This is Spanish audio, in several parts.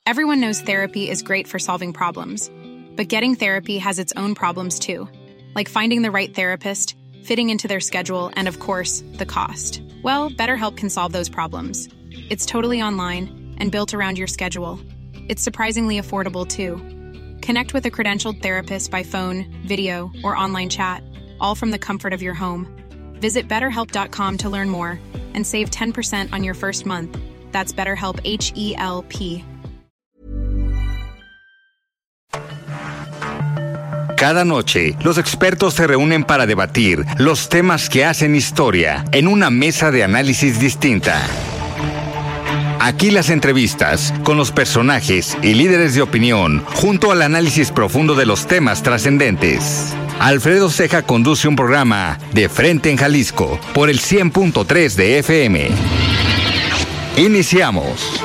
Everyone knows therapy is great for solving problems, but getting therapy has its own problems too, like finding the right therapist, fitting into their schedule, and of course, the cost. Well, BetterHelp can solve those problems. It's totally online and built around your schedule. It's surprisingly affordable too. Connect with a credentialed therapist by phone, video, or online chat, all from the comfort of your home. Visit BetterHelp.com to learn more and save 10% on your first month. That's BetterHelp, H-E-L-P. Cada noche, los expertos se reúnen para debatir los temas que hacen historia en una mesa de análisis distinta. Aquí las entrevistas con los personajes y líderes de opinión, junto al análisis profundo de los temas trascendentes. Alfredo Ceja conduce un programa De Frente en Jalisco por el 100.3 de FM. Iniciamos.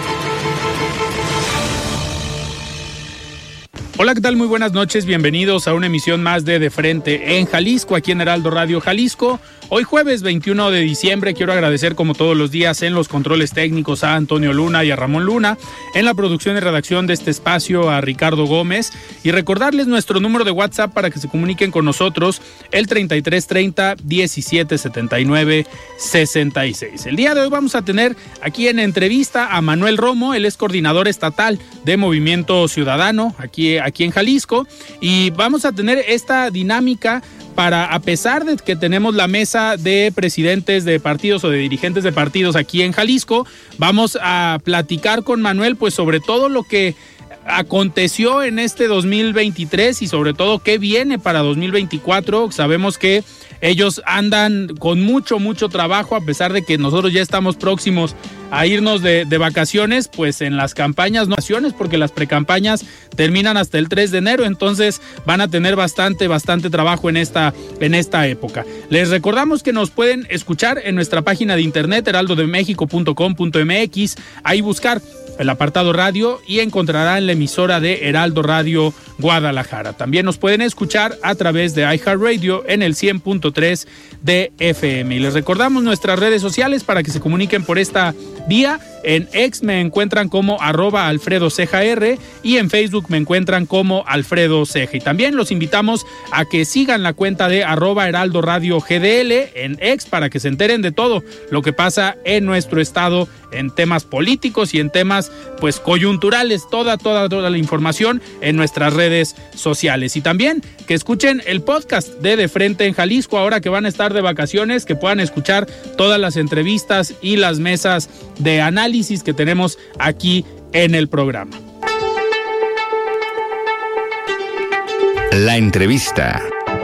Hola, ¿qué tal? Muy buenas noches, bienvenidos a una emisión más de Frente en Jalisco, aquí en Heraldo Radio Jalisco. Hoy jueves 21 de diciembre quiero agradecer como todos los días en los controles técnicos a Antonio Luna y a Ramón Luna, en la producción y redacción de este espacio a Ricardo Gómez, y recordarles nuestro número de WhatsApp para que se comuniquen con nosotros, el 3330 1779 66. El día de hoy vamos a tener aquí en entrevista a Manuel Romo, él es coordinador estatal de Movimiento Ciudadano aquí en Jalisco, y vamos a tener esta dinámica para, a pesar de que tenemos la mesa de presidentes de partidos o de dirigentes de partidos aquí en Jalisco, vamos a platicar con Manuel pues sobre todo lo que aconteció en este 2023 y sobre todo qué viene para 2024. Sabemos que ellos andan con mucho trabajo, a pesar de que nosotros ya estamos próximos a irnos de vacaciones, pues en las campañas no vacaciones, porque las precampañas terminan hasta el 3 de enero, entonces van a tener bastante trabajo en esta época. Les recordamos que nos pueden escuchar en nuestra página de internet heraldodemexico.com.mx, ahí buscar el apartado radio y encontrarán la emisora de Heraldo Radio Guadalajara. También nos pueden escuchar a través de iHeartRadio en el 100.3 de FM. Y les recordamos nuestras redes sociales para que se comuniquen por esta vía. En X me encuentran como @AlfredoCejaR y en Facebook me encuentran como Alfredo Ceja. Y también los invitamos a que sigan la cuenta de @Heraldo Radio GDL en X para que se enteren de todo lo que pasa en nuestro estado en temas políticos y en temas pues coyunturales, toda la información en nuestras redes sociales. Y también que escuchen el podcast de Frente en Jalisco ahora que van a estar de vacaciones, que puedan escuchar todas las entrevistas y las mesas de análisis que tenemos aquí en el programa. La entrevista.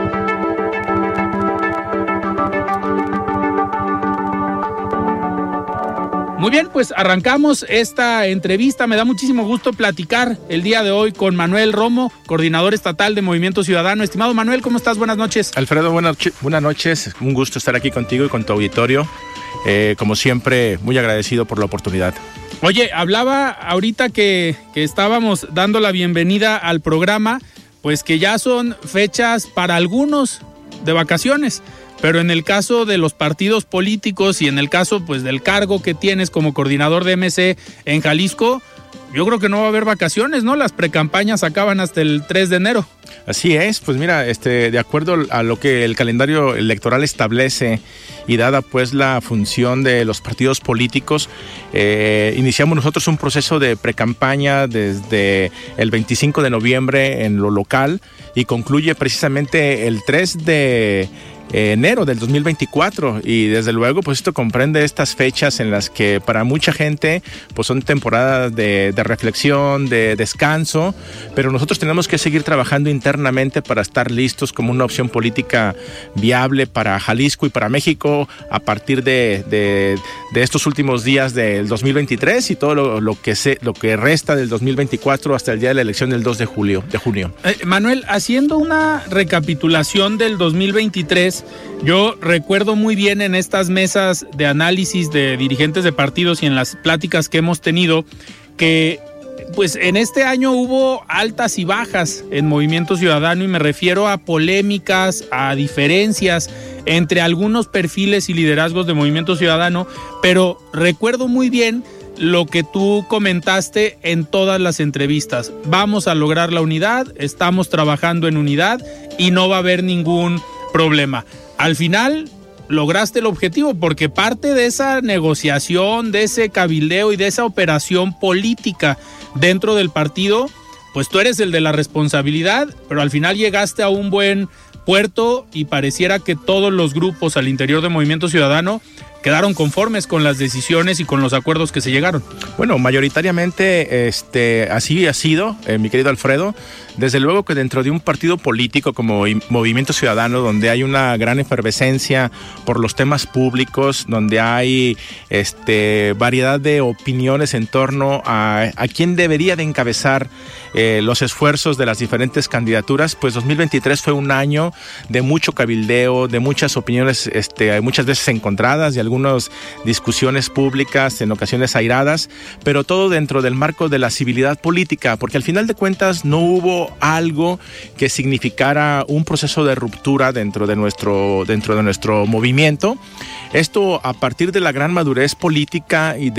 Muy bien, pues arrancamos esta entrevista. Me da muchísimo gusto platicar el día de hoy con Manuel Romo, coordinador estatal de Movimiento Ciudadano. Estimado Manuel, ¿cómo estás? Buenas noches. Alfredo, buenas noches. Un gusto estar aquí contigo y con tu auditorio. Como siempre, muy agradecido por la oportunidad. Oye, hablaba ahorita que estábamos dando la bienvenida al programa, pues que ya son fechas para algunos de vacaciones. Pero en el caso de los partidos políticos y en el caso pues del cargo que tienes como coordinador de MC en Jalisco, yo creo que no va a haber vacaciones, ¿no? Las precampañas acaban hasta el 3 de enero. Así es, pues mira, de acuerdo a lo que el calendario electoral establece y dada pues la función de los partidos políticos, iniciamos nosotros un proceso de precampaña desde el 25 de noviembre en lo local y concluye precisamente el 3 de enero del 2024, y desde luego pues esto comprende estas fechas en las que para mucha gente pues son temporadas de reflexión, de descanso, pero nosotros tenemos que seguir trabajando internamente para estar listos como una opción política viable para Jalisco y para México a partir de estos últimos días del 2023 y todo lo que resta del 2024 hasta el día de la elección del 2 de junio. Manuel, haciendo una recapitulación del 2023, yo recuerdo muy bien en estas mesas de análisis de dirigentes de partidos y en las pláticas que hemos tenido que pues en este año hubo altas y bajas en Movimiento Ciudadano, y me refiero a polémicas, a diferencias entre algunos perfiles y liderazgos de Movimiento Ciudadano, pero recuerdo muy bien lo que tú comentaste en todas las entrevistas. Vamos a lograr la unidad, estamos trabajando en unidad y no va a haber ningún problema. Al final lograste el objetivo, porque parte de esa negociación, de ese cabildeo y de esa operación política dentro del partido, pues tú eres el de la responsabilidad, pero al final llegaste a un buen puerto y pareciera que todos los grupos al interior de Movimiento Ciudadano quedaron conformes con las decisiones y con los acuerdos que se llegaron. Bueno, mayoritariamente así ha sido, mi querido Alfredo. Desde luego que dentro de un partido político como Movimiento Ciudadano, donde hay una gran efervescencia por los temas públicos, donde hay variedad de opiniones en torno a quién debería de encabezar los esfuerzos de las diferentes candidaturas, pues 2023 fue un año de mucho cabildeo, de muchas opiniones muchas veces encontradas y algunas discusiones públicas, en ocasiones airadas, pero todo dentro del marco de la civilidad política, porque al final de cuentas no hubo algo que significara un proceso de ruptura dentro de nuestro movimiento. Esto a partir de la gran madurez política y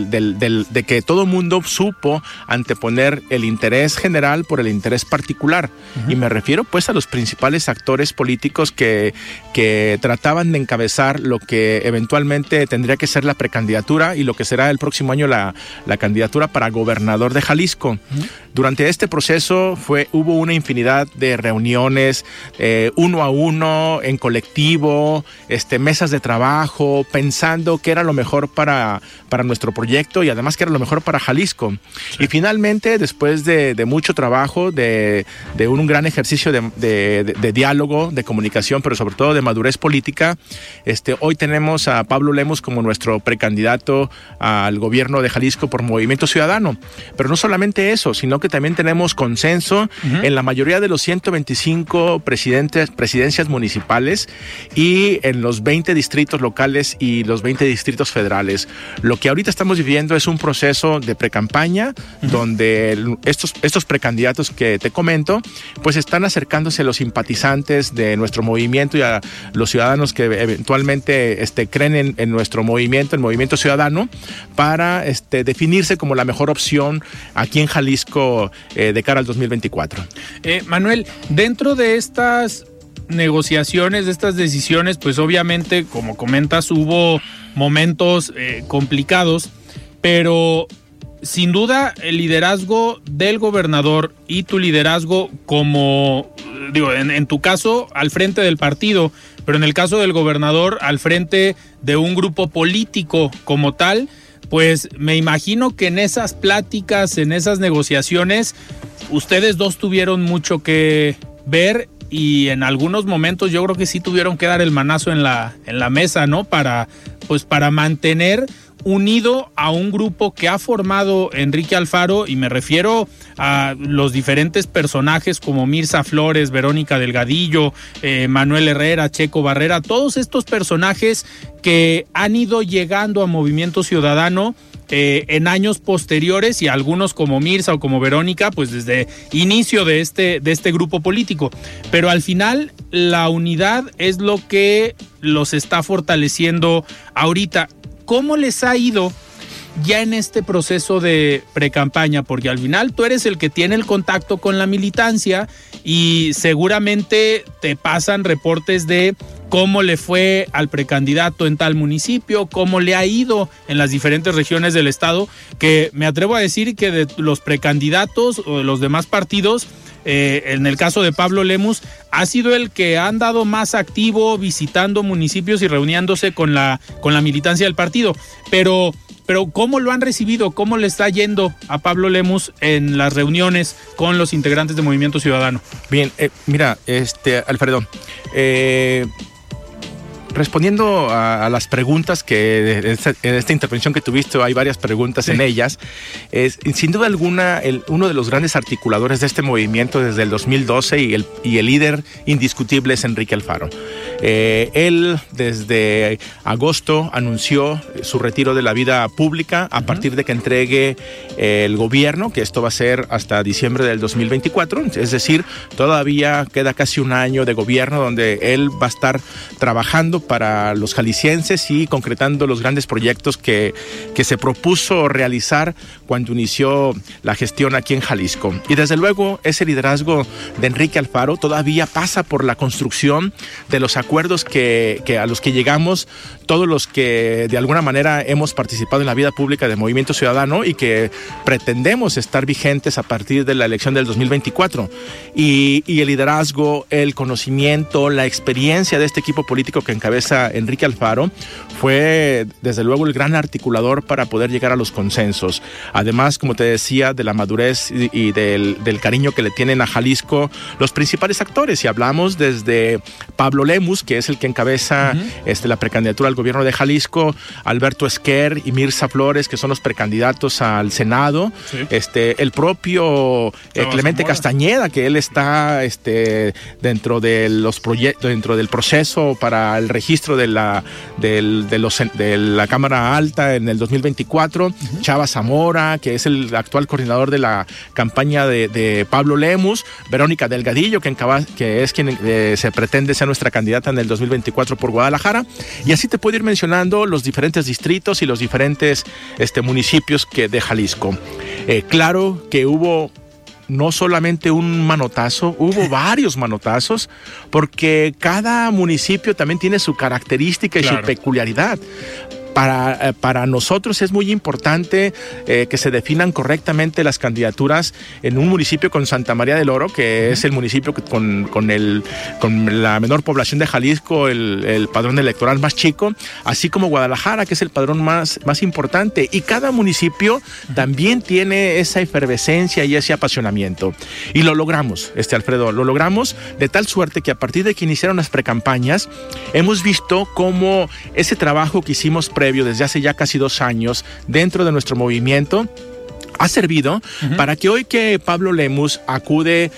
de que todo mundo supo anteponer el interés general por el interés particular. Uh-huh. Y me refiero pues a los principales actores políticos que trataban de encabezar lo que eventualmente tendría que ser la precandidatura y lo que será el próximo año la candidatura para gobernador de Jalisco. Uh-huh. Durante este proceso hubo una infinidad de reuniones, uno a uno, en colectivo, mesas de trabajo, pensando qué era lo mejor para nuestro proyecto y además qué era lo mejor para Jalisco. Sí. Y finalmente, después de mucho trabajo, de un gran ejercicio de diálogo, de comunicación, pero sobre todo de madurez política, hoy tenemos a Pablo Lemus como nuestro precandidato al gobierno de Jalisco por Movimiento Ciudadano. Pero no solamente eso, sino que también tenemos consenso uh-huh. en la mayoría de los 125 presidencias municipales y en los 20 distritos locales y los 20 distritos federales. Lo que ahorita estamos viviendo es un proceso de precampaña uh-huh. donde estos precandidatos que te comento, pues están acercándose a los simpatizantes de nuestro movimiento y a los ciudadanos que eventualmente creen en nuestro movimiento, el Movimiento Ciudadano, para definirse como la mejor opción aquí en Jalisco de cara al 2024. Manuel, dentro de estas negociaciones, de estas decisiones, pues obviamente, como comentas, hubo momentos complicados, pero sin duda el liderazgo del gobernador y tu liderazgo como, en tu caso, al frente del partido, pero en el caso del gobernador, al frente de un grupo político como tal, pues me imagino que en esas pláticas, en esas negociaciones, ustedes dos tuvieron mucho que ver y en algunos momentos yo creo que sí tuvieron que dar el manazo en la mesa, ¿no? Para mantener unido a un grupo que ha formado Enrique Alfaro, y me refiero a los diferentes personajes como Mirza Flores, Verónica Delgadillo, Manuel Herrera, Checo Barrera, todos estos personajes que han ido llegando a Movimiento Ciudadano en años posteriores, y algunos como Mirza o como Verónica, pues desde inicio de este grupo político. Pero al final la unidad es lo que los está fortaleciendo ahorita. ¿Cómo les ha ido ya en este proceso de precampaña? Porque al final tú eres el que tiene el contacto con la militancia y seguramente te pasan reportes de cómo le fue al precandidato en tal municipio, cómo le ha ido en las diferentes regiones del estado, que me atrevo a decir que de los precandidatos o de los demás partidos, en el caso de Pablo Lemus, ha sido el que ha andado más activo visitando municipios y reuniéndose con la militancia del partido. Pero ¿cómo lo han recibido? ¿Cómo le está yendo a Pablo Lemus en las reuniones con los integrantes de Movimiento Ciudadano? Bien, mira, Alfredo, respondiendo a las preguntas que en esta intervención que tuviste, hay varias preguntas sí. en ellas. Sin duda alguna, uno de los grandes articuladores de este movimiento desde el 2012 y el líder indiscutible es Enrique Alfaro. Él desde agosto anunció su retiro de la vida pública a partir de que entregue el gobierno, que esto va a ser hasta diciembre del 2024, es decir, todavía queda casi un año de gobierno donde él va a estar trabajando para los jaliscienses y concretando los grandes proyectos que se propuso realizar cuando inició la gestión aquí en Jalisco. Y desde luego ese liderazgo de Enrique Alfaro todavía pasa por la construcción de los acuerdos que a los que llegamos todos los que de alguna manera hemos participado en la vida pública de Movimiento Ciudadano y que pretendemos estar vigentes a partir de la elección del 2024. Y el liderazgo, el conocimiento, la experiencia de este equipo político que encabeza Enrique Alfaro fue desde luego el gran articulador para poder llegar a los consensos. Además, como te decía, de la madurez y del cariño que le tienen a Jalisco los principales actores. Y hablamos desde Pablo Lemus, que es el que encabeza la precandidatura al gobierno de Jalisco, Alberto Esquer y Mirza Flores, que son los precandidatos al Senado, el propio Clemente Castañeda, que él está dentro de los proyectos, dentro del proceso para el registro de la Cámara Alta en el 2024, Chava Zamora, que es el actual coordinador de la campaña de Pablo Lemus, Verónica Delgadillo, que es quien se pretende ser nuestra candidata en el 2024 por Guadalajara, y así te puedo ir mencionando los diferentes distritos y los diferentes municipios de Jalisco. Claro que hubo no solamente un manotazo, hubo varios manotazos, porque cada municipio también tiene su característica y su peculiaridad. Para nosotros es muy importante que se definan correctamente las candidaturas en un municipio con Santa María del Oro, que es el municipio con la menor población de Jalisco, el padrón electoral más chico, así como Guadalajara, que es el padrón más importante. Y cada municipio también tiene esa efervescencia y ese apasionamiento. Y lo logramos, Alfredo, lo logramos de tal suerte que a partir de que iniciaron las precampañas, hemos visto cómo ese trabajo que hicimos previo desde hace ya casi 2 años dentro de nuestro movimiento ha servido para que hoy que Pablo Lemus acude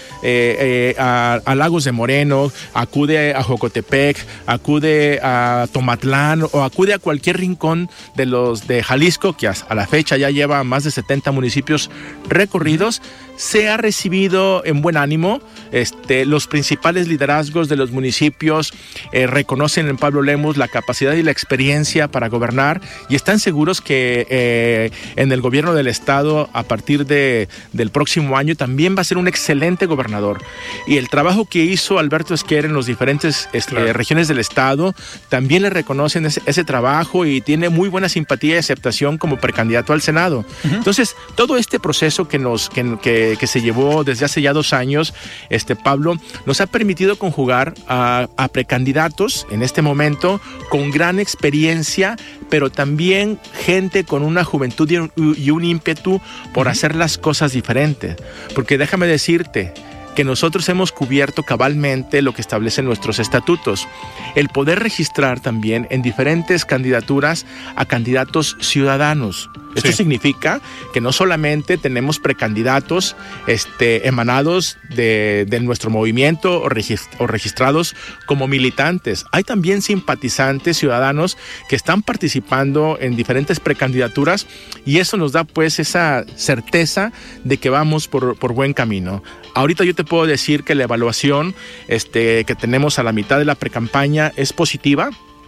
a Lagos de Moreno, acude a Jocotepec, acude a Tomatlán o acude a cualquier rincón de Jalisco, que a la fecha ya lleva más de 70 municipios recorridos, se ha recibido en buen ánimo. Los principales liderazgos de los municipios reconocen en Pablo Lemus la capacidad y la experiencia para gobernar y están seguros que en el gobierno del estado a partir del próximo año también va a ser un excelente gobernador. Y el trabajo que hizo Alberto Esquer en las diferentes regiones del estado también le reconocen ese trabajo y tiene muy buena simpatía y aceptación como precandidato al Senado. Entonces, todo este proceso que se llevó desde hace ya 2 años, Pablo, nos ha permitido conjugar a precandidatos en este momento con gran experiencia, pero también gente con una juventud y un ímpetu por hacer las cosas diferentes. Porque déjame decirte que nosotros hemos cubierto cabalmente lo que establecen nuestros estatutos. El poder registrar también en diferentes candidaturas a candidatos ciudadanos. Esto significa que no solamente tenemos precandidatos emanados de nuestro movimiento o registrados como militantes. Hay también simpatizantes ciudadanos que están participando en diferentes precandidaturas y eso nos da pues esa certeza de que vamos por buen camino. Ahorita yo te puedo decir que la evaluación que tenemos a la mitad de la precampaña es positiva.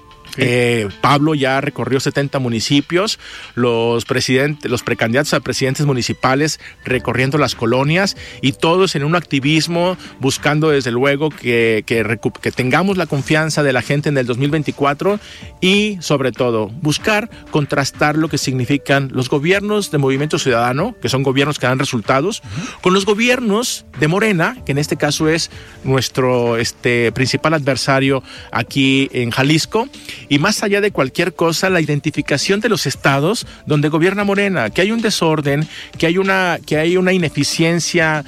Pablo ya recorrió 70 municipios, los precandidatos a presidentes municipales recorriendo las colonias y todos en un activismo buscando desde luego que tengamos la confianza de la gente en el 2024 y sobre todo buscar contrastar lo que significan los gobiernos de Movimiento Ciudadano, que son gobiernos que dan resultados, con los gobiernos de Morena, que en este caso es nuestro principal adversario aquí en Jalisco. Y más allá de cualquier cosa, la identificación de los estados donde gobierna Morena, que hay un desorden, que hay una ineficiencia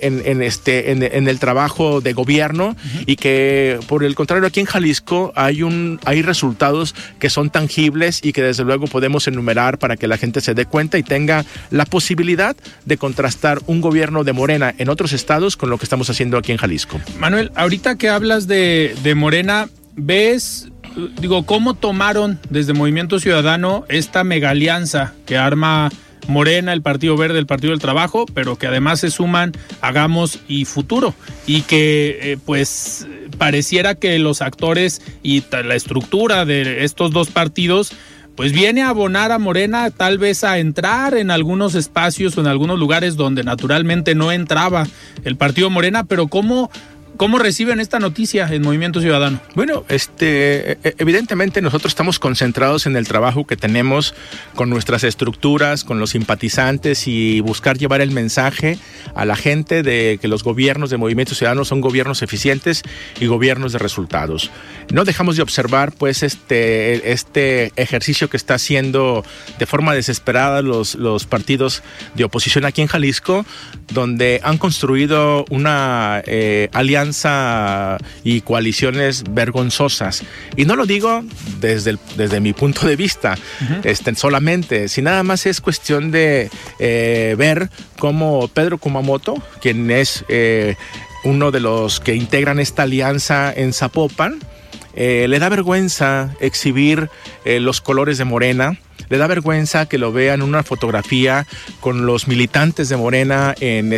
en el trabajo de gobierno y que por el contrario aquí en Jalisco hay resultados que son tangibles y que desde luego podemos enumerar para que la gente se dé cuenta y tenga la posibilidad de contrastar un gobierno de Morena en otros estados con lo que estamos haciendo aquí en Jalisco. Manuel, ahorita que hablas de Morena, ves, cómo tomaron desde Movimiento Ciudadano esta mega alianza que arma Morena, el Partido Verde, el Partido del Trabajo, pero que además se suman Hagamos y Futuro, y que pues pareciera que los actores y la estructura de estos dos partidos pues viene a abonar a Morena, tal vez a entrar en algunos espacios o en algunos lugares donde naturalmente no entraba el Partido Morena, pero ¿Cómo reciben esta noticia en Movimiento Ciudadano? Bueno, evidentemente nosotros estamos concentrados en el trabajo que tenemos con nuestras estructuras, con los simpatizantes y buscar llevar el mensaje a la gente de que los gobiernos de Movimiento Ciudadano son gobiernos eficientes y gobiernos de resultados. No dejamos de observar pues este ejercicio que está haciendo de forma desesperada los partidos de oposición aquí en Jalisco, donde han construido una alianza y coaliciones vergonzosas. Y no lo digo desde mi punto de vista, solamente, si nada más es cuestión de ver cómo Pedro Kumamoto, quien es uno de los que integran esta alianza en Zapopan, le da vergüenza exhibir los colores de Morena. Le da vergüenza que lo vean en una fotografía con los militantes de Morena en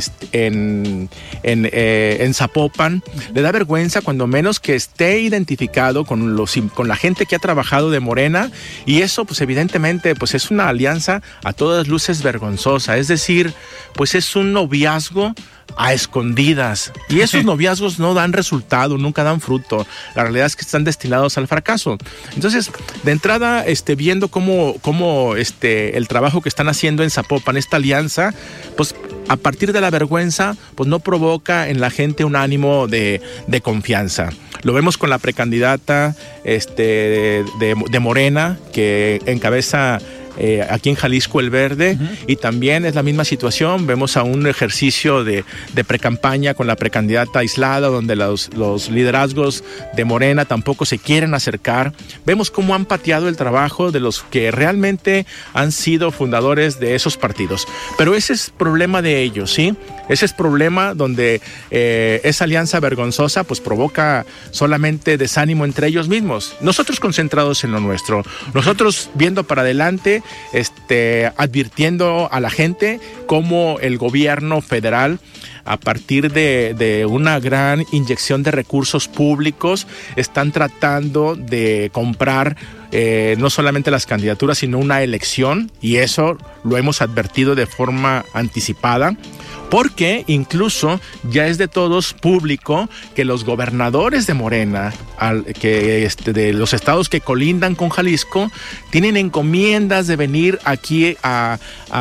Zapopan. Le da vergüenza cuando menos que esté identificado con la gente que ha trabajado de Morena, y eso pues evidentemente pues es una alianza a todas luces vergonzosa. Es decir, pues es un noviazgo a escondidas, y esos noviazgos no dan resultado, nunca dan fruto. La realidad es que están destinados al fracaso. Entonces, de entrada, viendo cómo el trabajo que están haciendo en Zapopan, esta alianza, pues a partir de la vergüenza, pues no provoca en la gente un ánimo de confianza. Lo vemos con la precandidata de Morena, que encabeza aquí en Jalisco el Verde, y también es la misma situación. Vemos a un ejercicio de precampaña con la precandidata aislada, donde los liderazgos de Morena tampoco se quieren acercar. Vemos cómo han pateado el trabajo de los que realmente han sido fundadores de esos partidos. Pero ese es problema de ellos, ¿sí? Ese es problema donde esa alianza vergonzosa pues provoca solamente desánimo entre ellos mismos. Nosotros concentrados en lo nuestro, nosotros viendo para adelante, advirtiendo a la gente cómo el gobierno federal, a partir de una gran inyección de recursos públicos, están tratando de comprar no solamente las candidaturas, sino una elección, y eso lo hemos advertido de forma anticipada, porque incluso ya es de todos público que los gobernadores de Morena, de los estados que colindan con Jalisco, tienen encomiendas de venir aquí a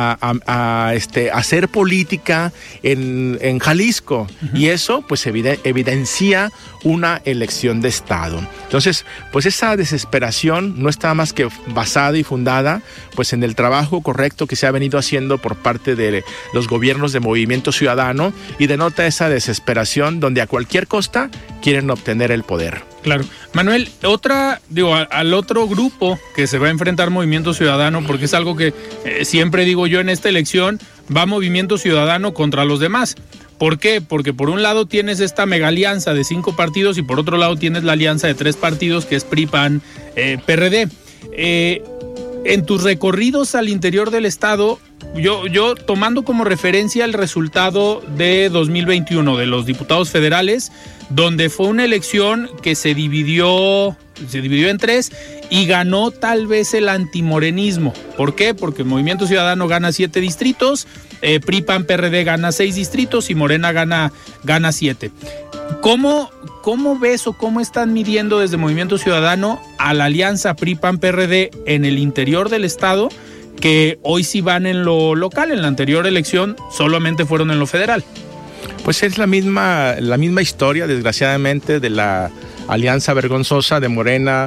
hacer política en Jalisco, y eso pues evidencia una elección de estado. Entonces, pues esa desesperación no está más que basada y fundada pues en el trabajo correcto que se ha venido haciendo por parte de los gobiernos de Movimiento Ciudadano, y denota esa desesperación donde a cualquier costa quieren obtener el poder. Claro. Manuel, al otro grupo que se va a enfrentar Movimiento Ciudadano, porque es algo que siempre digo yo en esta elección, va Movimiento Ciudadano contra los demás. ¿Por qué? Porque por un lado tienes esta mega alianza de 5 partidos y por otro lado tienes la alianza de 3 partidos, que es PRI, PAN, PRD. En tus recorridos al interior del estado, yo tomando como referencia el resultado de 2021 de los diputados federales, donde fue una elección que se dividió en 3 y ganó tal vez el antimorenismo. ¿Por qué? Porque Movimiento Ciudadano gana 7 distritos, PRI, PAN, PRD gana 6 distritos y Morena gana 7. ¿Cómo ves o cómo están midiendo desde Movimiento Ciudadano a la alianza PRI, PAN, PRD en el interior del estado, que hoy sí van en lo local? En la anterior elección solamente fueron en lo federal. Pues es la misma historia, desgraciadamente, de la alianza vergonzosa de Morena,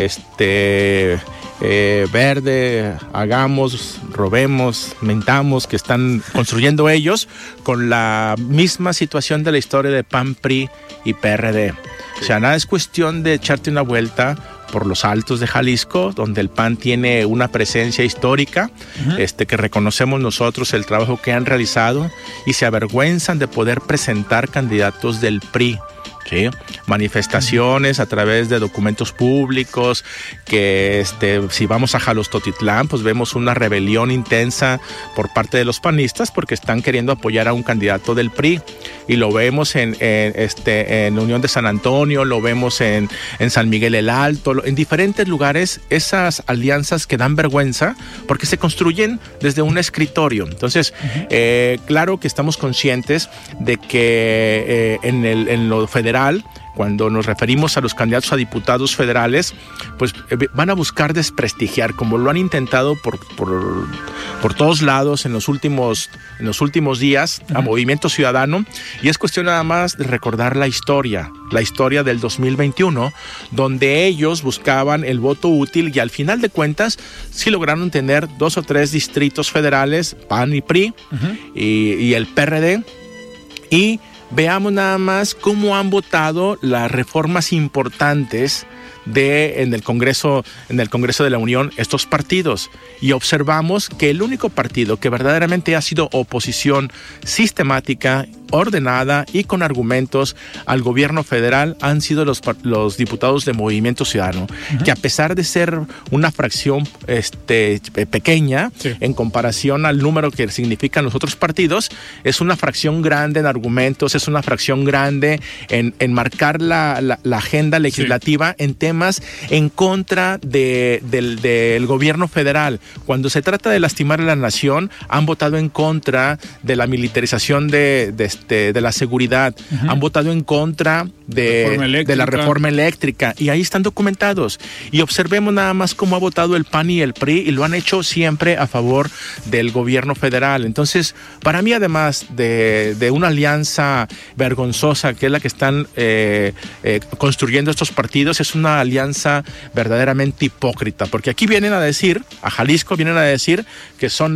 Verde, Hagamos, Robemos, Mentamos, que están construyendo ellos, con la misma situación de la historia de PAN, PRI y PRD. O sea, nada es cuestión de echarte una vuelta por los altos de Jalisco, donde el PAN tiene una presencia histórica, que reconocemos nosotros el trabajo que han realizado, y se avergüenzan de poder presentar candidatos del PRI, ¿sí? Manifestaciones a través de documentos públicos, que si vamos a Jalostotitlán, pues vemos una rebelión intensa por parte de los panistas porque están queriendo apoyar a un candidato del PRI, y lo vemos en Unión de San Antonio, lo vemos en San Miguel el Alto, en diferentes lugares, esas alianzas que dan vergüenza porque se construyen desde un escritorio. Entonces, claro que estamos conscientes de que en lo federal, cuando nos referimos a los candidatos a diputados federales, pues van a buscar desprestigiar, como lo han intentado por todos lados en los últimos días, a Movimiento Ciudadano, y es cuestión nada más de recordar la historia del 2021, donde ellos buscaban el voto útil y al final de cuentas sí lograron tener 2 o 3 distritos federales, PAN y PRI, y el PRD, y veamos nada más cómo han votado las reformas importantes en el Congreso de la Unión estos partidos, y observamos que el único partido que verdaderamente ha sido oposición sistemática, ordenada y con argumentos al gobierno federal han sido los diputados de Movimiento Ciudadano, que a pesar de ser una fracción pequeña, sí, en comparación al número que significan los otros partidos, es una fracción grande en argumentos, es una fracción grande en marcar la agenda legislativa, sí, en temas en contra del gobierno federal. Cuando se trata de lastimar a la nación, han votado en contra de la militarización de la seguridad, han votado en contra de la reforma eléctrica, y ahí están documentados. Y observemos nada más cómo ha votado el PAN y el PRI, y lo han hecho siempre a favor del gobierno federal. Entonces, para mí, además de una alianza vergonzosa, que es la que están construyendo estos partidos, es una alianza verdaderamente hipócrita, porque aquí vienen a decir, a Jalisco vienen a decir que son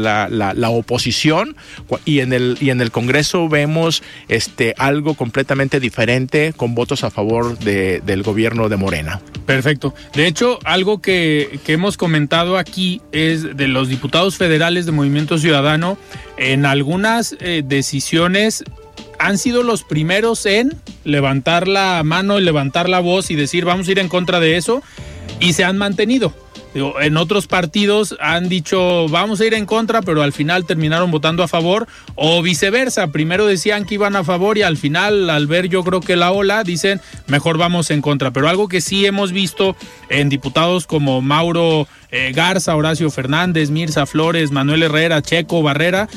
la oposición, y en el Congreso vemos algo completamente diferente, con votos a favor del gobierno de Morena. Perfecto. De hecho, algo que hemos comentado aquí es de los diputados federales de Movimiento Ciudadano, en algunas decisiones han sido los primeros en levantar la mano y levantar la voz y decir vamos a ir en contra de eso, y se han mantenido. En otros partidos han dicho vamos a ir en contra, pero al final terminaron votando a favor, o viceversa, primero decían que iban a favor y al final, al ver yo creo que la ola, dicen mejor vamos en contra. Pero algo que sí hemos visto en diputados como Mauro Garza, Horacio Fernández, Mirza Flores, Manuel Herrera, Checo Barrera,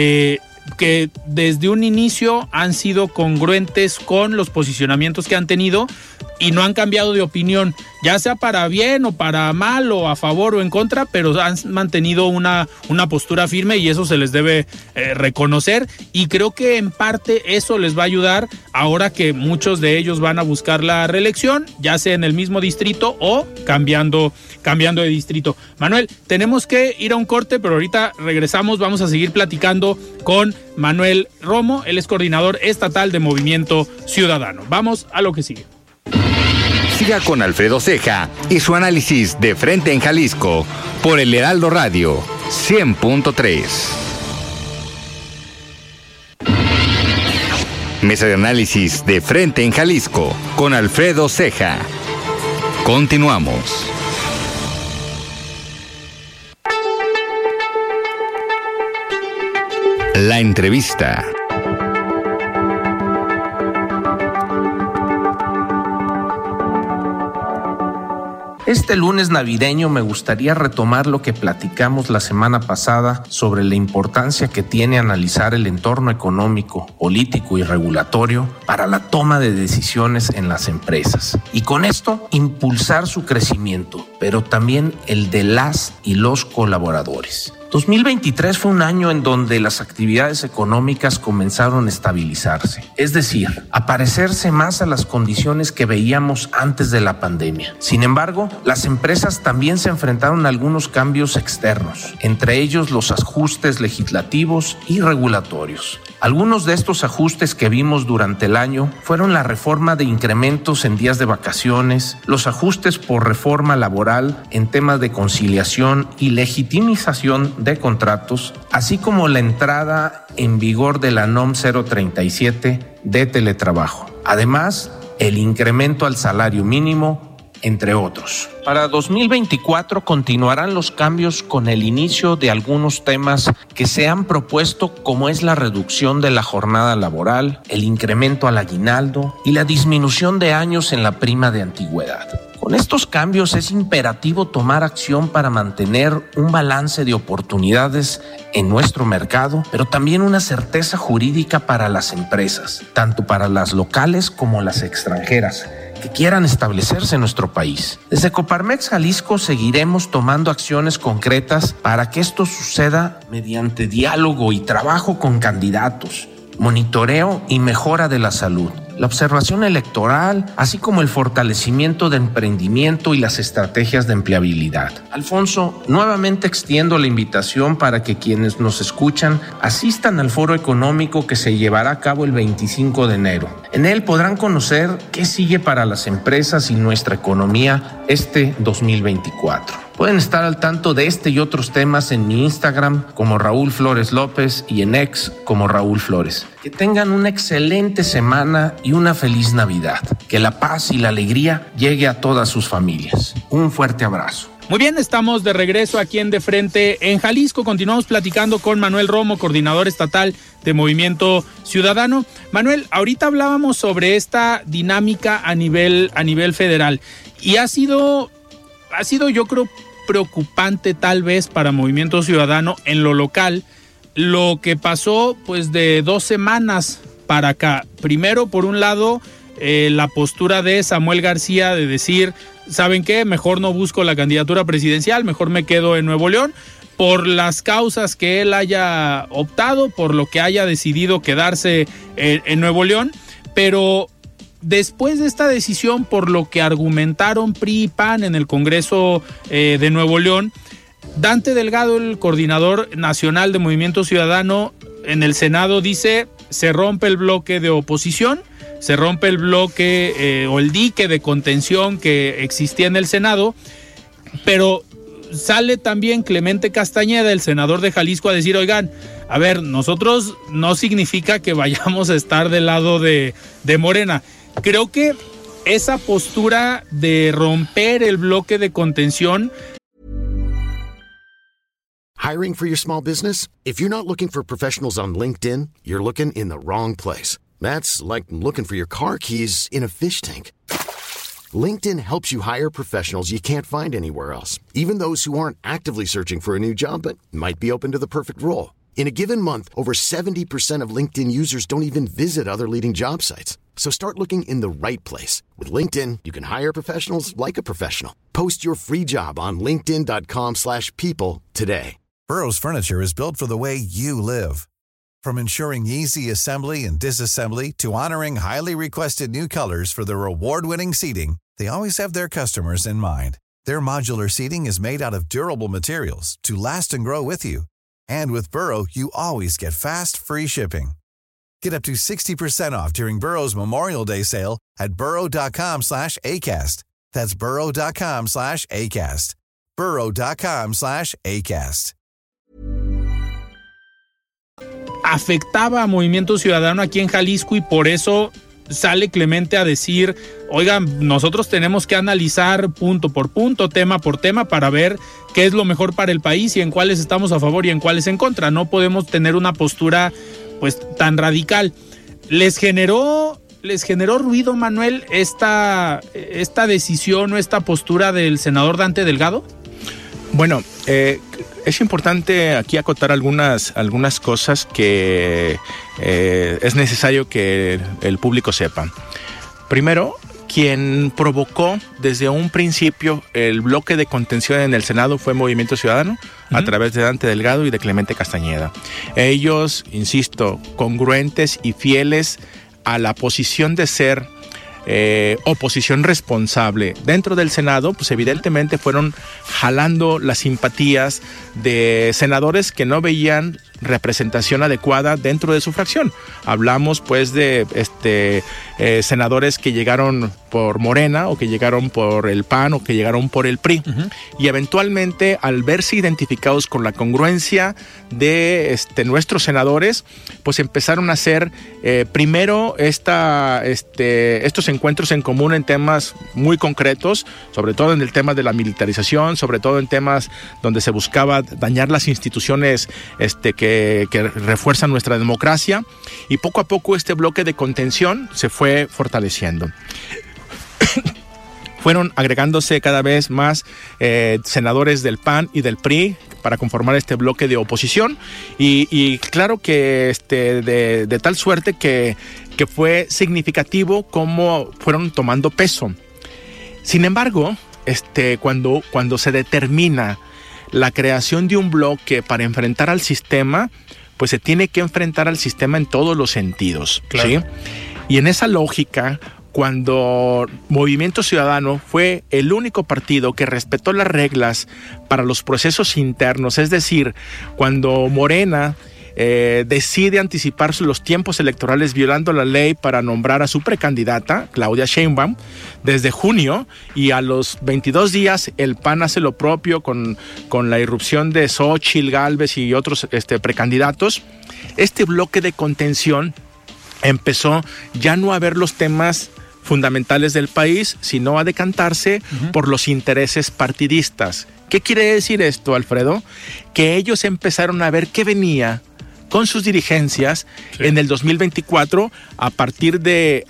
que desde un inicio han sido congruentes con los posicionamientos que han tenido y no han cambiado de opinión, ya sea para bien o para mal, o a favor o en contra, pero han mantenido una postura firme, y eso se les debe reconocer, y creo que en parte eso les va a ayudar ahora que muchos de ellos van a buscar la reelección, ya sea en el mismo distrito o cambiando de distrito. Manuel, tenemos que ir a un corte, pero ahorita regresamos, vamos a seguir platicando con Manuel Romo, él es coordinador estatal de Movimiento Ciudadano. Vamos a lo que sigue. Siga con Alfredo Ceja y su análisis de Frente en Jalisco por el Heraldo Radio 100.3. Mesa de análisis de Frente en Jalisco con Alfredo Ceja. Continuamos. La entrevista. Este lunes navideño me gustaría retomar lo que platicamos la semana pasada sobre la importancia que tiene analizar el entorno económico, político y regulatorio para la toma de decisiones en las empresas. Y con esto, impulsar su crecimiento, pero también el de las y los colaboradores. 2023 fue un año en donde las actividades económicas comenzaron a estabilizarse, es decir, a parecerse más a las condiciones que veíamos antes de la pandemia. Sin embargo, las empresas también se enfrentaron a algunos cambios externos, entre ellos los ajustes legislativos y regulatorios. Algunos de estos ajustes que vimos durante el año fueron la reforma de incrementos en días de vacaciones, los ajustes por reforma laboral en temas de conciliación y legitimización de contratos, así como la entrada en vigor de la NOM 037 de teletrabajo. Además, el incremento al salario mínimo, entre otros. Para 2024 continuarán los cambios con el inicio de algunos temas que se han propuesto, como es la reducción de la jornada laboral, el incremento al aguinaldo y la disminución de años en la prima de antigüedad. Con estos cambios es imperativo tomar acción para mantener un balance de oportunidades en nuestro mercado, pero también una certeza jurídica para las empresas, tanto para las locales como las extranjeras, que quieran establecerse en nuestro país. Desde Coparmex Jalisco seguiremos tomando acciones concretas para que esto suceda mediante diálogo y trabajo con candidatos, monitoreo y mejora de la salud, la observación electoral, así como el fortalecimiento de emprendimiento y las estrategias de empleabilidad. Alfonso, nuevamente extiendo la invitación para que quienes nos escuchan asistan al foro económico que se llevará a cabo el 25 de enero. En él podrán conocer qué sigue para las empresas y nuestra economía este 2024. Pueden estar al tanto de este y otros temas en mi Instagram como Raúl Flores López y en X como Raúl Flores. Que tengan una excelente semana y una feliz Navidad. Que la paz y la alegría llegue a todas sus familias. Un fuerte abrazo. Muy bien, estamos de regreso aquí en De Frente en Jalisco. Continuamos platicando con Manuel Romo, coordinador estatal de Movimiento Ciudadano. Manuel, ahorita hablábamos sobre esta dinámica a nivel federal y ha sido yo creo preocupante tal vez para Movimiento Ciudadano en lo local lo que pasó pues de 2 semanas para acá. Primero, por un lado, la postura de Samuel García de decir, ¿saben qué? Mejor no busco la candidatura presidencial, mejor me quedo en Nuevo León, por las causas que él haya optado, por lo que haya decidido quedarse en Nuevo León, pero después de esta decisión, por lo que argumentaron PRI y PAN en el Congreso de Nuevo León, Dante Delgado, el coordinador nacional de Movimiento Ciudadano en el Senado, dice, se rompe el bloque de oposición, se rompe el bloque o el dique de contención que existía en el Senado, pero sale también Clemente Castañeda, el senador de Jalisco, a decir, oigan, a ver, nosotros no significa que vayamos a estar del lado de Morena. Creo que esa postura de romper el bloque de contención. Hiring for your small business? If you're not looking for professionals on LinkedIn, you're looking in the wrong place. That's like looking for your car keys in a fish tank. LinkedIn helps you hire professionals you can't find anywhere else, even those who aren't actively searching for a new job but might be open to the perfect role. In a given month, over 70% of LinkedIn users don't even visit other leading job sites. So start looking in the right place. With LinkedIn, you can hire professionals like a professional. Post your free job on linkedin.com/people today. Burrow's furniture is built for the way you live. From ensuring easy assembly and disassembly to honoring highly requested new colors for their award-winning seating, they always have their customers in mind. Their modular seating is made out of durable materials to last and grow with you. And with Burrow, you always get fast, free shipping. Get up to 60% off during Burrow's Memorial Day sale at burrow.com/ACAST. That's burrow.com/ACAST. burrow.com/ACAST. Afectaba a Movimiento Ciudadano aquí en Jalisco y por eso sale Clemente a decir, oigan, nosotros tenemos que analizar punto por punto, tema por tema para ver qué es lo mejor para el país y en cuáles estamos a favor y en cuáles en contra. No podemos tener una postura pues tan radical. ¿Les generó ruido, Manuel, esta decisión o esta postura del senador Dante Delgado? Bueno, es importante aquí acotar algunas cosas que es necesario que el público sepa. Primero, quien provocó desde un principio el bloque de contención en el Senado fue Movimiento Ciudadano, a través de Dante Delgado y de Clemente Castañeda. Ellos, insisto, congruentes y fieles a la posición de ser oposición responsable dentro del Senado, pues evidentemente fueron jalando las simpatías de senadores que no veían representación adecuada dentro de su fracción. Hablamos pues de senadores que llegaron por Morena, o que llegaron por el PAN, o que llegaron por el PRI. Y eventualmente, al verse identificados con la congruencia de nuestros senadores, pues empezaron a hacer primero estos encuentros en común en temas muy concretos, sobre todo en el tema de la militarización, sobre todo en temas donde se buscaba dañar las instituciones que refuerzan nuestra democracia, y poco a poco este bloque de contención se fue fortaleciendo. Fueron agregándose cada vez más senadores del PAN y del PRI para conformar este bloque de oposición, y claro que de tal suerte que fue significativo cómo fueron tomando peso. Sin embargo, cuando se determina la creación de un bloque para enfrentar al sistema, pues se tiene que enfrentar al sistema en todos los sentidos, claro. ¿Sí? Y en esa lógica, cuando Movimiento Ciudadano fue el único partido que respetó las reglas para los procesos internos, es decir, cuando Morena decide anticipar los tiempos electorales violando la ley para nombrar a su precandidata, Claudia Sheinbaum, desde junio, y a los 22 días el PAN hace lo propio con la irrupción de Xóchitl Gálvez y otros precandidatos. Este bloque de contención empezó ya no a ver los temas fundamentales del país, sino a decantarse por los intereses partidistas. ¿Qué quiere decir esto, Alfredo? Que ellos empezaron a ver qué venía con sus dirigencias en el 2024 a partir de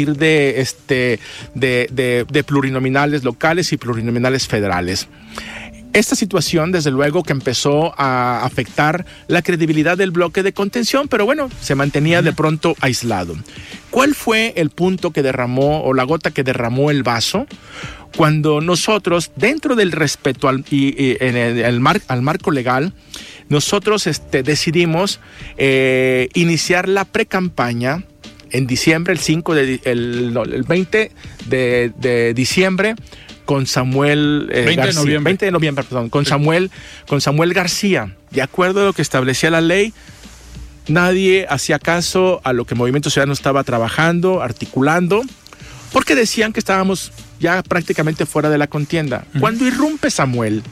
plurinominales locales y plurinominales federales. Esta situación, desde luego, que empezó a afectar la credibilidad del bloque de contención, pero bueno, se mantenía de pronto aislado. ¿Cuál fue el punto que derramó, o la gota que derramó el vaso? Cuando nosotros, dentro del respeto al marco legal, nosotros decidimos iniciar la precampaña en diciembre, el 20 de diciembre, con Samuel García. 20 de noviembre, perdón, con Samuel García. De acuerdo a lo que establecía la ley, nadie hacía caso a lo que Movimiento Ciudadano estaba trabajando, articulando, porque decían que estábamos ya prácticamente fuera de la contienda. Cuando irrumpe Samuel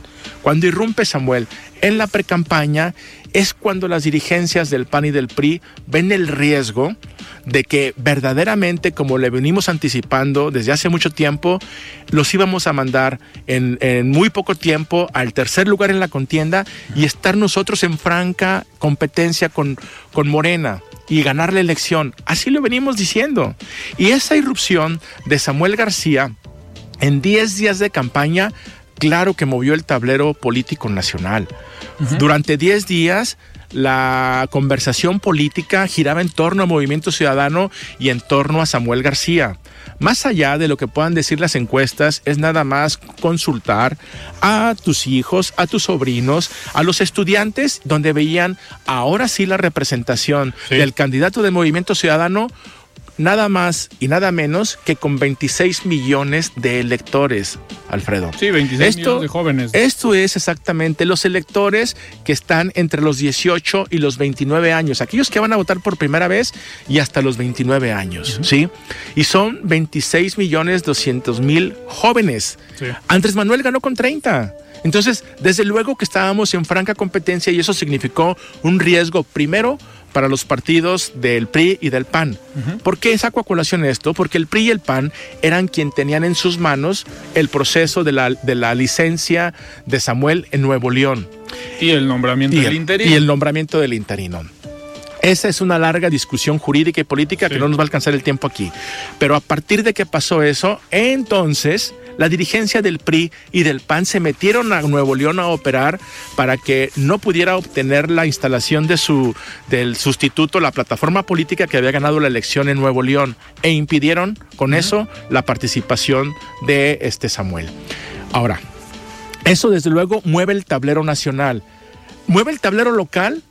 en la precampaña, es cuando las dirigencias del PAN y del PRI ven el riesgo de que verdaderamente, como le venimos anticipando desde hace mucho tiempo, los íbamos a mandar en muy poco tiempo al tercer lugar en la contienda y estar nosotros en franca competencia con Morena y ganar la elección. Así lo venimos diciendo. Y esa irrupción de Samuel García en 10 días de campaña, claro que movió el tablero político nacional. Durante 10 días, la conversación política giraba en torno a Movimiento Ciudadano y en torno a Samuel García. Más allá de lo que puedan decir las encuestas, es nada más consultar a tus hijos, a tus sobrinos, a los estudiantes, donde veían ahora sí la representación del candidato de Movimiento Ciudadano, nada más y nada menos que con 26 millones de electores, Alfredo. Sí, 26 millones de jóvenes. Esto es exactamente los electores que están entre los 18 y los 29 años, aquellos que van a votar por primera vez y hasta los 29 años, ¿sí? Y son 26.200.000 jóvenes. Sí. Andrés Manuel ganó con 30. Entonces, desde luego que estábamos en franca competencia y eso significó un riesgo, primero, para los partidos del PRI y del PAN. ¿Por qué saco a colación esto? Porque el PRI y el PAN eran quien tenían en sus manos el proceso de la licencia de Samuel en Nuevo León. Y el nombramiento del interino. Y el nombramiento del interino. Esa es una larga discusión jurídica y política que no nos va a alcanzar el tiempo aquí. Pero a partir de que pasó eso, entonces la dirigencia del PRI y del PAN se metieron a Nuevo León a operar para que no pudiera obtener la instalación del sustituto, la plataforma política que había ganado la elección en Nuevo León, e impidieron con eso la participación de Samuel. Ahora, eso desde luego mueve el tablero nacional. Mueve el tablero local.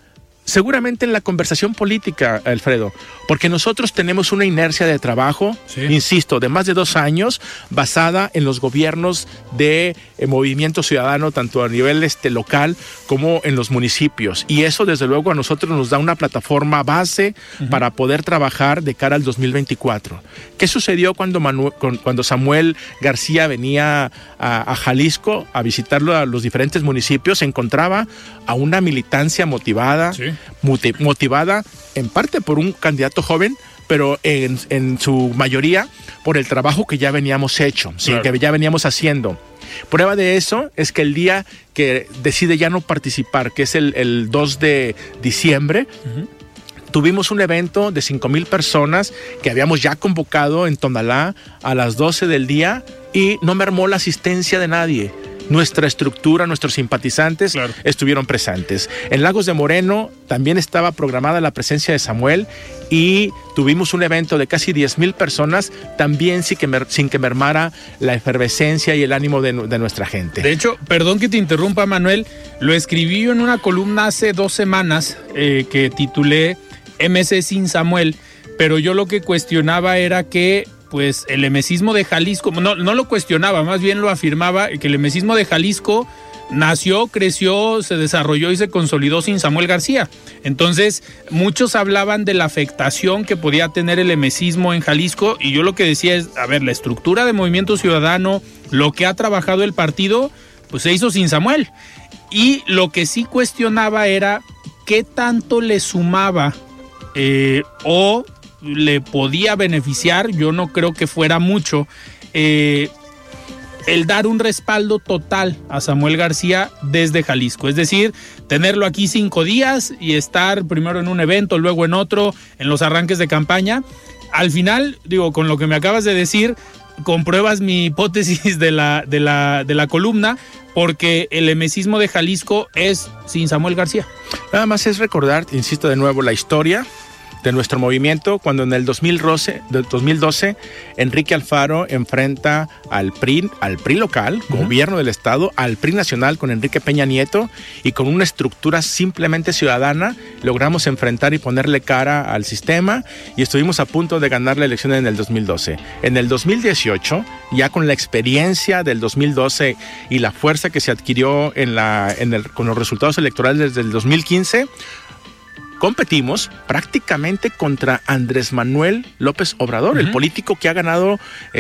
Seguramente en la conversación política, Alfredo, porque nosotros tenemos una inercia de trabajo, insisto, de más de 2 años, basada en los gobiernos de Movimiento Ciudadano, tanto a nivel local como en los municipios. Y eso, desde luego, a nosotros nos da una plataforma base para poder trabajar de cara al 2024. ¿Qué sucedió cuando Samuel García venía a Jalisco a visitarlo a los diferentes municipios? Se encontraba a una militancia motivada, motivada en parte por un candidato joven, pero en su mayoría por el trabajo que ya veníamos hecho, claro, que ya veníamos haciendo. Prueba de eso es que el día que decide ya no participar, que es el 2 de diciembre, tuvimos un evento de 5,000 personas que habíamos ya convocado en Tonalá a las 12 del día y no mermó la asistencia de nadie. Nuestra estructura, nuestros simpatizantes estuvieron presentes. En Lagos de Moreno también estaba programada la presencia de Samuel y tuvimos un evento de casi 10,000 personas, también sin que mermara la efervescencia y el ánimo de nuestra gente. De hecho, perdón que te interrumpa, Manuel, lo escribí yo en una columna hace 2 semanas que titulé MC sin Samuel, pero yo lo que cuestionaba era que pues el emesismo de Jalisco, no lo cuestionaba, más bien lo afirmaba, que el emesismo de Jalisco nació, creció, se desarrolló y se consolidó sin Samuel García. Entonces, muchos hablaban de la afectación que podía tener el emesismo en Jalisco, y yo lo que decía es, a ver, la estructura de Movimiento Ciudadano, lo que ha trabajado el partido, pues se hizo sin Samuel. Y lo que sí cuestionaba era qué tanto le sumaba o le podía beneficiar, yo no creo que fuera mucho, el dar un respaldo total a Samuel García desde Jalisco, es decir, tenerlo aquí 5 días y estar primero en un evento, luego en otro, en los arranques de campaña. Al final, digo, con lo que me acabas de decir, compruebas mi hipótesis de la columna, porque el emesismo de Jalisco es sin Samuel García. Nada más es recordar, insisto de nuevo, la historia de nuestro movimiento, cuando en el 2012 Enrique Alfaro enfrenta al PRI local, gobierno del estado, al PRI nacional con Enrique Peña Nieto, y con una estructura simplemente ciudadana logramos enfrentar y ponerle cara al sistema, y estuvimos a punto de ganar la elección en el 2012. En el 2018, ya con la experiencia del 2012 y la fuerza que se adquirió con los resultados electorales desde el 2015, competimos prácticamente contra Andrés Manuel López Obrador, el político que ha ganado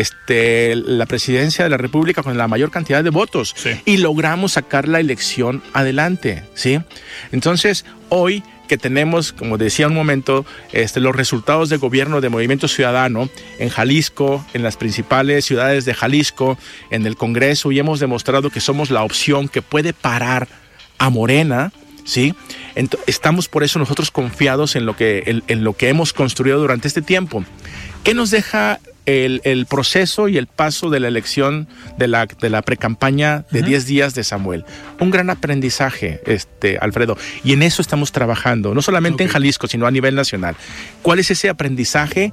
la presidencia de la República con la mayor cantidad de votos, y logramos sacar la elección adelante, ¿sí? Entonces, hoy que tenemos, como decía un momento, los resultados de gobierno de Movimiento Ciudadano en Jalisco, en las principales ciudades de Jalisco, en el Congreso, y hemos demostrado que somos la opción que puede parar a Morena, ¿sí? Estamos por eso nosotros confiados en lo que hemos construido durante este tiempo. ¿Qué nos deja el proceso y el paso de la elección de la precampaña de 10 días de Samuel? Un gran aprendizaje, Alfredo, y en eso estamos trabajando, no solamente en Jalisco, sino a nivel nacional. ¿Cuál es ese aprendizaje?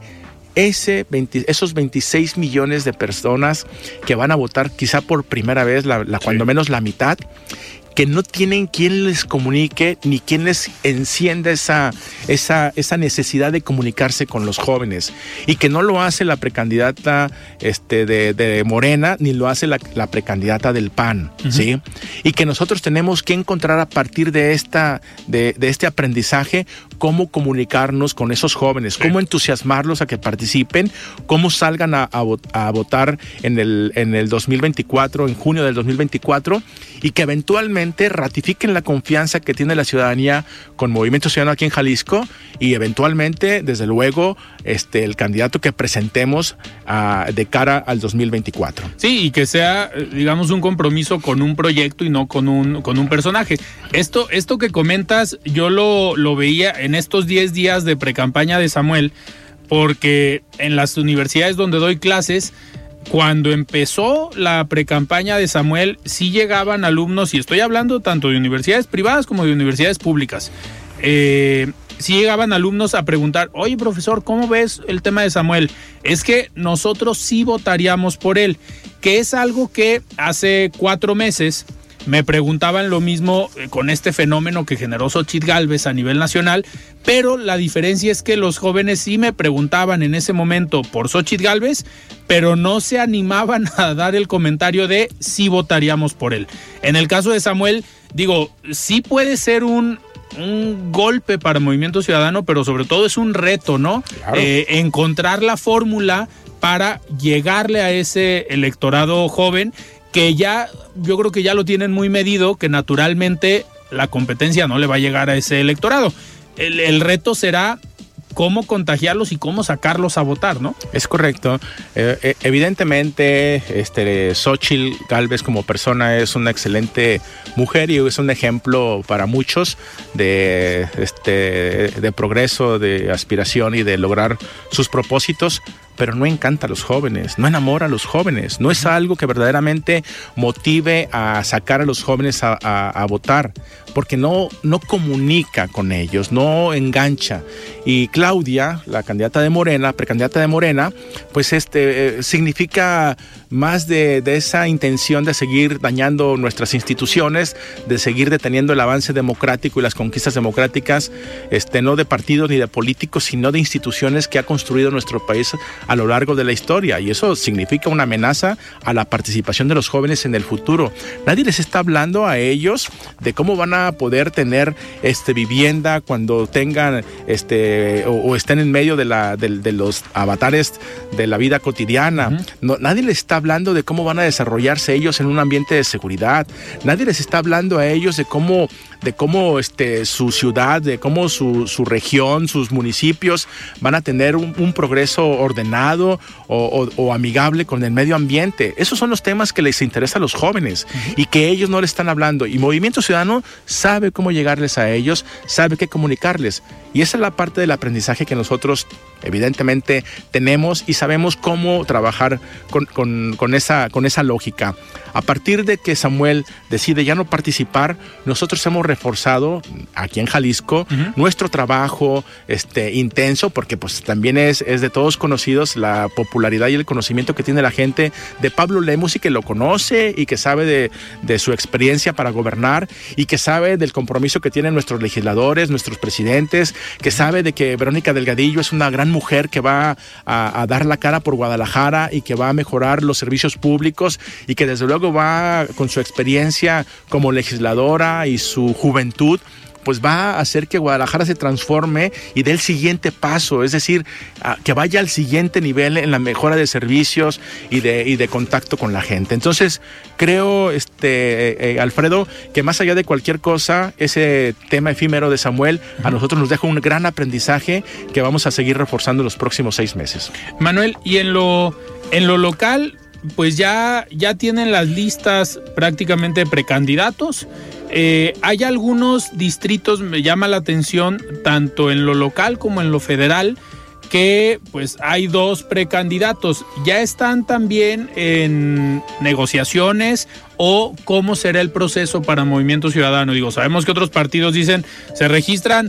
Esos 26 millones de personas que van a votar quizá por primera vez, cuando menos la mitad, que no tienen quien les comunique ni quien les encienda esa necesidad de comunicarse con los jóvenes, y que no lo hace la precandidata de Morena ni lo hace la precandidata del PAN, ¿sí? Y que nosotros tenemos que encontrar a partir de este aprendizaje cómo comunicarnos con esos jóvenes, cómo entusiasmarlos a que participen, cómo salgan a votar en el 2024, en junio del 2024, y que eventualmente ratifiquen la confianza que tiene la ciudadanía con Movimiento Ciudadano aquí en Jalisco, y eventualmente, desde luego, el candidato que presentemos de cara al 2024. Sí, y que sea, digamos, un compromiso con un proyecto y no con un personaje. Esto que comentas, yo lo veía en estos 10 días de precampaña de Samuel, porque en las universidades donde doy clases, cuando empezó la precampaña de Samuel, sí llegaban alumnos, y estoy hablando tanto de universidades privadas como de universidades públicas, sí llegaban alumnos a preguntar, oye, profesor, ¿cómo ves el tema de Samuel? Es que nosotros sí votaríamos por él, que es algo que hace 4 meses me preguntaban lo mismo con este fenómeno que generó Xóchitl Gálvez a nivel nacional, pero la diferencia es que los jóvenes sí me preguntaban en ese momento por Xóchitl Gálvez, pero no se animaban a dar el comentario de si votaríamos por él. En el caso de Samuel, digo, sí puede ser un golpe para Movimiento Ciudadano, pero sobre todo es un reto, ¿no? Claro. Encontrar la fórmula para llegarle a ese electorado joven que ya, yo creo que ya lo tienen muy medido, que naturalmente la competencia no le va a llegar a ese electorado. El reto será cómo contagiarlos y cómo sacarlos a votar, ¿no? Es correcto. Evidentemente, Xóchitl Gálvez como persona es una excelente mujer y es un ejemplo para muchos de progreso, de aspiración y de lograr sus propósitos, pero no encanta a los jóvenes, no enamora a los jóvenes, no es algo que verdaderamente motive a sacar a los jóvenes a votar, porque no comunica con ellos, no engancha. Y Claudia, la candidata de Morena, precandidata de Morena, pues significa más de esa intención de seguir dañando nuestras instituciones, de seguir deteniendo el avance democrático y las conquistas democráticas, no de partidos ni de políticos, sino de instituciones que ha construido nuestro país a lo largo de la historia, y eso significa una amenaza a la participación de los jóvenes en el futuro. Nadie les está hablando a ellos de cómo van a poder tener vivienda cuando tengan o estén en medio de los avatares de la vida cotidiana. Uh-huh. No, nadie les está hablando de cómo van a desarrollarse ellos en un ambiente de seguridad. Nadie les está hablando a ellos de cómo su ciudad, de cómo su región, sus municipios van a tener un progreso ordenado o amigable con el medio ambiente. Esos son los temas que les interesan a los jóvenes y que ellos no les están hablando. Y Movimiento Ciudadano sabe cómo llegarles a ellos, sabe qué comunicarles. Y esa es la parte del aprendizaje que nosotros evidentemente tenemos y sabemos cómo trabajar con esa lógica. A partir de que Samuel decide ya no participar, nosotros hemos reforzado aquí en Jalisco nuestro trabajo intenso, porque pues también es de todos conocidos la popularidad y el conocimiento que tiene la gente de Pablo Lemus y que lo conoce y que sabe de su experiencia para gobernar y que sabe del compromiso que tienen nuestros legisladores, nuestros presidentes, que sabe de que Verónica Delgadillo es una gran mujer que va a dar la cara por Guadalajara y que va a mejorar los servicios públicos y que desde luego va con su experiencia como legisladora y su juventud, pues va a hacer que Guadalajara se transforme y dé el siguiente paso, es decir, que vaya al siguiente nivel en la mejora de servicios y de contacto con la gente. Entonces, creo, Alfredo, que más allá de cualquier cosa, ese tema efímero de Samuel a nosotros nos deja un gran aprendizaje que vamos a seguir reforzando los próximos 6 meses. Manuel, y en lo local, pues ya tienen las listas prácticamente de precandidatos. Hay algunos distritos, me llama la atención, tanto en lo local como en lo federal, que pues hay 2 precandidatos. ¿Ya están también en negociaciones o cómo será el proceso para Movimiento Ciudadano? Digo, sabemos que otros partidos dicen, se registran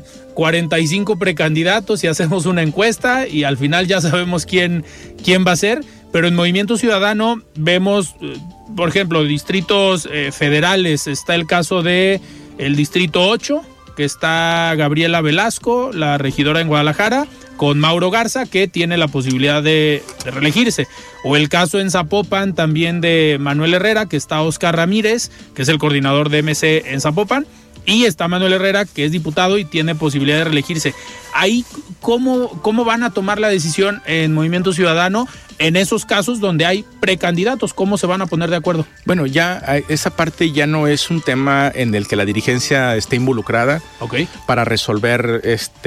45 precandidatos y hacemos una encuesta y al final ya sabemos quién va a ser, pero en Movimiento Ciudadano vemos, por ejemplo, distritos federales. Está el caso de el distrito 8, que está Gabriela Velasco, la regidora en Guadalajara, con Mauro Garza, que tiene la posibilidad de reelegirse. O el caso en Zapopan también de Manuel Herrera, que está Oscar Ramírez, que es el coordinador de MC en Zapopan, y está Manuel Herrera, que es diputado y tiene posibilidad de reelegirse. Ahí, ¿cómo van a tomar la decisión en Movimiento Ciudadano en esos casos donde hay precandidatos? ¿Cómo se van a poner de acuerdo? Bueno, ya esa parte ya no es un tema en el que la dirigencia esté involucrada para resolver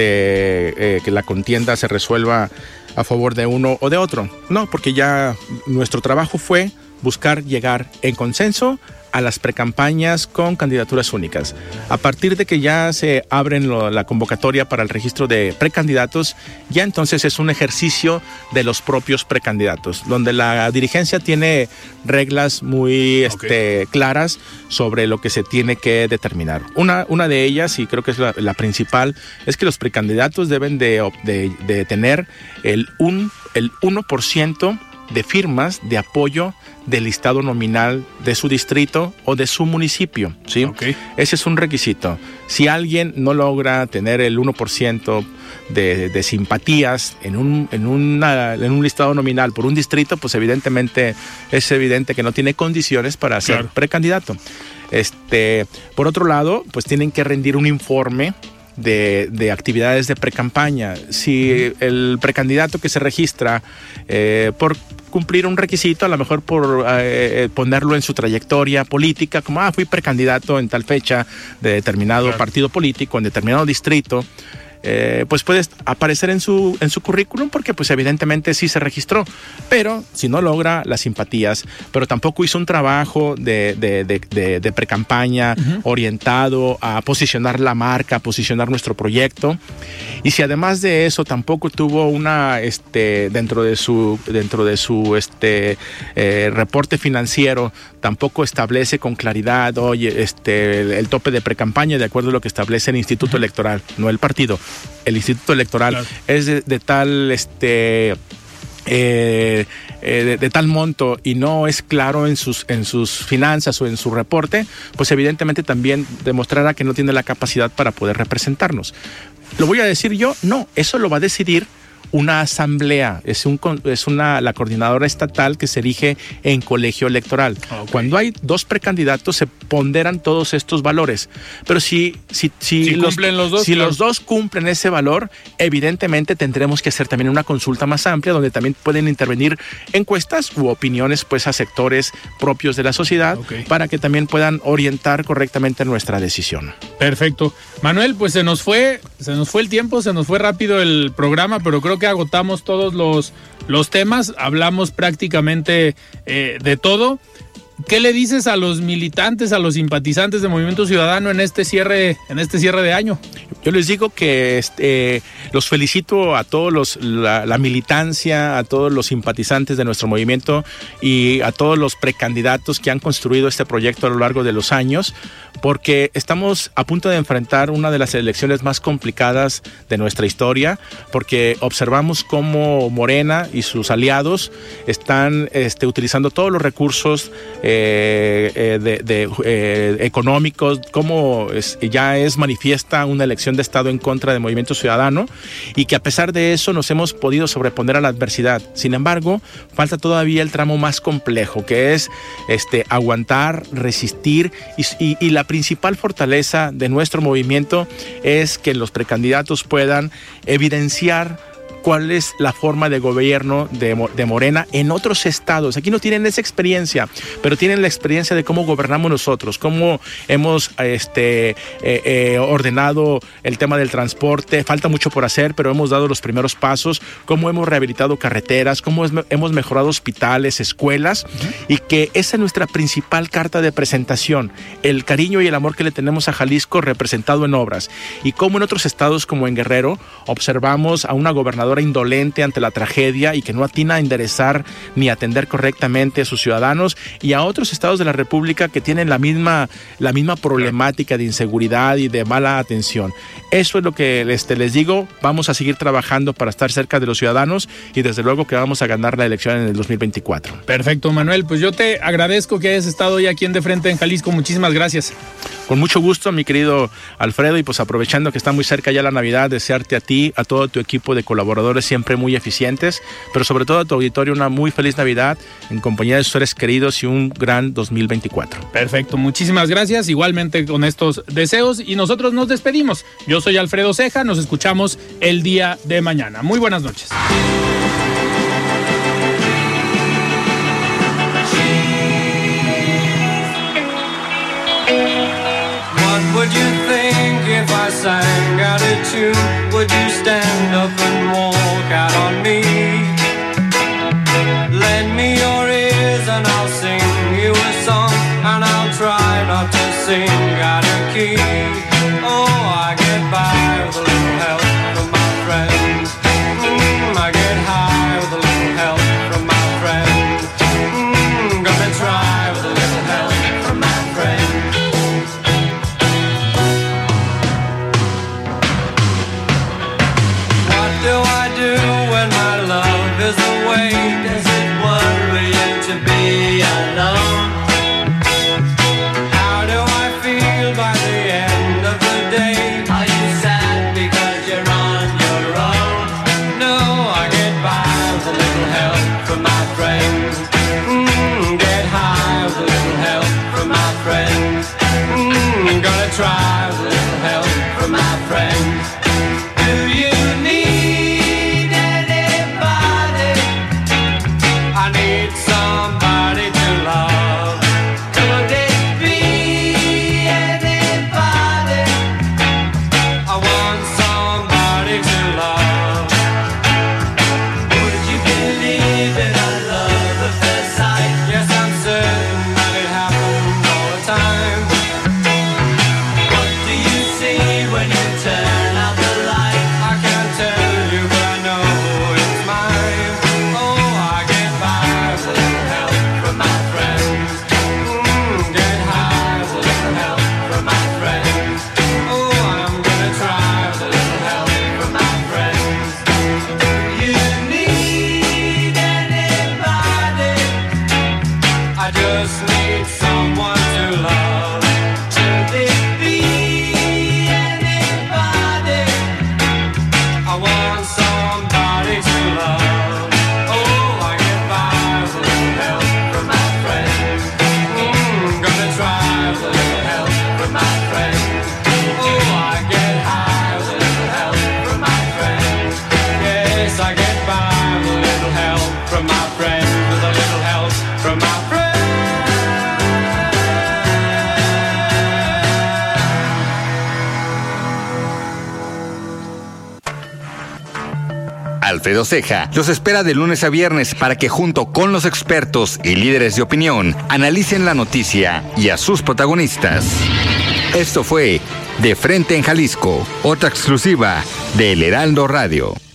que la contienda se resuelva a favor de uno o de otro. No, porque ya nuestro trabajo fue buscar llegar en consenso a las precampañas con candidaturas únicas. A partir de que ya se abren la convocatoria para el registro de precandidatos, ya entonces es un ejercicio de los propios precandidatos, donde la dirigencia tiene reglas muy claras sobre lo que se tiene que determinar. Una de ellas, y creo que es la principal, es que los precandidatos deben de tener el 1% de firmas de apoyo del listado nominal de su distrito o de su municipio, ¿sí? Okay. Ese es un requisito. Si alguien no logra tener el 1% de simpatías en un listado nominal por un distrito, pues evidentemente es evidente que no tiene condiciones para ser precandidato. Por otro lado, pues tienen que rendir un informe de actividades de precampaña. Si el precandidato que se registra por cumplir un requisito, a lo mejor por ponerlo en su trayectoria política, como fui precandidato en tal fecha de determinado partido político, en determinado distrito, pues puede aparecer en su currículum porque pues evidentemente sí se registró, pero si no logra las simpatías, pero tampoco hizo un trabajo de precampaña orientado a posicionar la marca, a posicionar nuestro proyecto, y si además de eso tampoco tuvo una dentro de su reporte financiero, tampoco establece con claridad, oye, el tope de precampaña de acuerdo a lo que establece el Instituto Electoral, no el partido. El Instituto Electoral es de tal monto y no es claro en sus finanzas o en su reporte, pues evidentemente también demostrará que no tiene la capacidad para poder representarnos. ¿Lo voy a decir yo? No, eso lo va a decidir una asamblea, la coordinadora estatal que se erige en colegio electoral. Okay. Cuando hay dos precandidatos se ponderan todos estos valores, pero si los dos cumplen ese valor, evidentemente tendremos que hacer también una consulta más amplia donde también pueden intervenir encuestas u opiniones pues a sectores propios de la sociedad para que también puedan orientar correctamente nuestra decisión. Perfecto. Manuel, pues se nos fue el tiempo, se nos fue rápido el programa, pero creo que agotamos todos los temas, hablamos prácticamente de todo. ¿Qué le dices a los militantes, a los simpatizantes de Movimiento Ciudadano en este cierre de año? Yo les digo que los felicito a todos la militancia, a todos los simpatizantes de nuestro movimiento y a todos los precandidatos que han construido este proyecto a lo largo de los años, porque estamos a punto de enfrentar una de las elecciones más complicadas de nuestra historia, porque observamos cómo Morena y sus aliados están utilizando todos los recursos económicos, cómo ya es manifiesta una elección de Estado en contra del Movimiento Ciudadano, y que a pesar de eso nos hemos podido sobreponer a la adversidad. Sin embargo, falta todavía el tramo más complejo, que es aguantar, resistir, y la principal fortaleza de nuestro movimiento es que los precandidatos puedan evidenciar cuál es la forma de gobierno de Morena en otros estados. Aquí no tienen esa experiencia, pero tienen la experiencia de cómo gobernamos nosotros, cómo hemos ordenado el tema del transporte. Falta mucho por hacer, pero hemos dado los primeros pasos, cómo hemos rehabilitado carreteras, cómo hemos mejorado hospitales, escuelas, y que esa es nuestra principal carta de presentación, el cariño y el amor que le tenemos a Jalisco representado en obras, y cómo en otros estados como en Guerrero observamos a una gobernadora indolente ante la tragedia y que no atina a enderezar ni atender correctamente a sus ciudadanos, y a otros estados de la República que tienen la misma problemática de inseguridad y de mala atención. Eso es lo que les digo. Vamos a seguir trabajando para estar cerca de los ciudadanos y desde luego que vamos a ganar la elección en el 2024. Perfecto, Manuel. Pues yo te agradezco que hayas estado hoy aquí en De Frente en Jalisco. Muchísimas gracias. Con mucho gusto, mi querido Alfredo, y pues aprovechando que está muy cerca ya la Navidad, desearte a ti, a todo tu equipo de colaboradores siempre muy eficientes, pero sobre todo a tu auditorio una muy feliz Navidad en compañía de sus seres queridos y un gran 2024. Perfecto, muchísimas gracias, igualmente con estos deseos, y nosotros nos despedimos. Yo soy Alfredo Ceja, nos escuchamos el día de mañana. Muy buenas noches. Would you think if I sang out a tune? Would you stand up and walk out on me? Lend me your ears and I'll sing you a song, and I'll try not to sing out of key. Oh, I get by with a little help from my friends. I get high with a little help from my friends. Gonna try with a little help from my friends. What do I do guess I get by with a little help from my friends, with a little help from my friends. Alfredo Ceja los espera de lunes a viernes para que junto con los expertos y líderes de opinión analicen la noticia y a sus protagonistas. Esto fue De Frente en Jalisco, otra exclusiva de El Heraldo Radio.